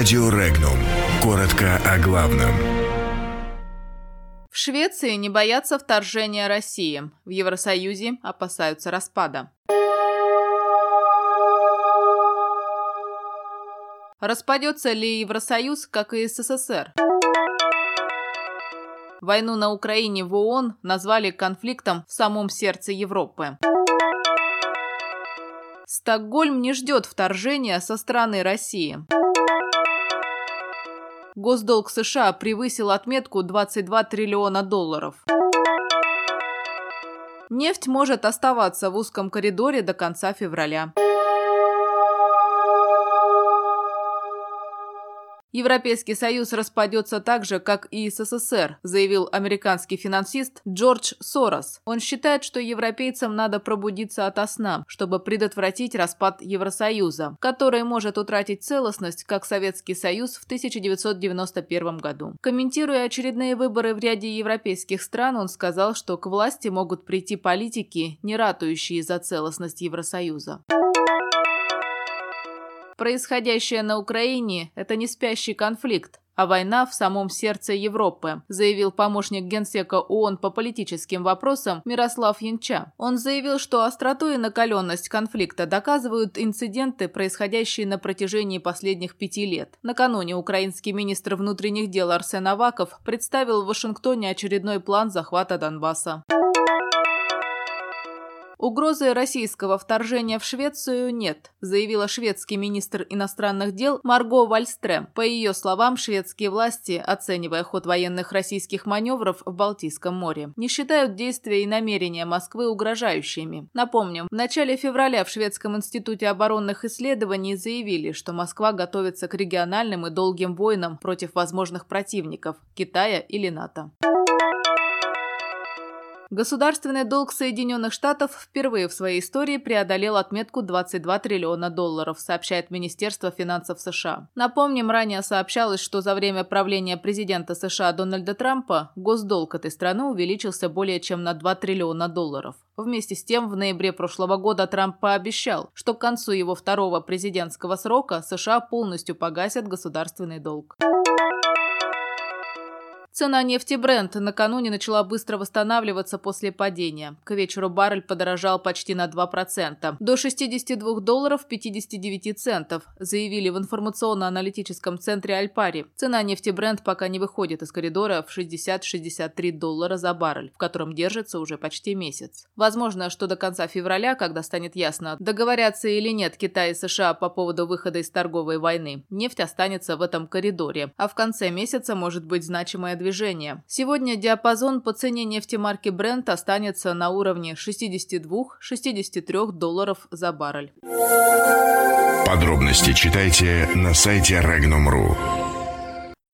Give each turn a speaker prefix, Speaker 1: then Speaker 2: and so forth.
Speaker 1: Радио Регнум. Коротко о главном.
Speaker 2: В Швеции не боятся вторжения России. В Евросоюзе опасаются распада. Распадется ли Евросоюз, как и СССР? Войну на Украине в ООН назвали конфликтом в самом сердце Европы. Стокгольм не ждет вторжения со стороны России. Госдолг США превысил отметку $22 триллиона. Нефть может оставаться в узком коридоре до конца февраля. Европейский Союз распадется так же, как и СССР, заявил американский финансист Джордж Сорос. Он считает, что европейцам надо пробудиться ото сна, чтобы предотвратить распад Евросоюза, который может утратить целостность, как Советский Союз в 1991 году. Комментируя очередные выборы в ряде европейских стран, он сказал, что к власти могут прийти политики, не ратующие за целостность Евросоюза. Происходящее на Украине – это не спящий конфликт, а война в самом сердце Европы, заявил помощник генсека ООН по политическим вопросам Мирослав Янча. Он заявил, что остроту и накаленность конфликта доказывают инциденты, происходящие на протяжении последних 5 лет. Накануне украинский министр внутренних дел Арсен Аваков представил в Вашингтоне очередной план захвата Донбасса. Угрозы российского вторжения в Швецию нет, заявила шведский министр иностранных дел Марго Вальстрем. По ее словам, шведские власти, оценивая ход военных российских маневров в Балтийском море, не считают действия и намерения Москвы угрожающими. Напомним, в начале февраля в Шведском институте оборонных исследований заявили, что Москва готовится к региональным и долгим войнам против возможных противников – Китая или НАТО. Государственный долг Соединенных Штатов впервые в своей истории преодолел отметку $22 триллиона, сообщает Министерство финансов США. Напомним, ранее сообщалось, что за время правления президента США Дональда Трампа госдолг этой страны увеличился более чем на $2 триллиона. Вместе с тем, в ноябре прошлого года Трамп пообещал, что к концу его второго президентского срока США полностью погасят государственный долг. Цена нефти Brent накануне начала быстро восстанавливаться после падения. К вечеру баррель подорожал почти на 2%, до $62.59, заявили в информационно-аналитическом центре Альпари. Цена нефти Brent пока не выходит из коридора в $60-63 за баррель, в котором держится уже почти месяц. Возможно, что до конца февраля, когда станет ясно, договорятся или нет Китай и США по поводу выхода из торговой войны, нефть останется в этом коридоре, а в конце месяца может быть значимое движение. Сегодня диапазон по цене нефти марки Brent останется на уровне $62-63 за баррель.
Speaker 1: Подробности читайте на сайте Regnum.ru.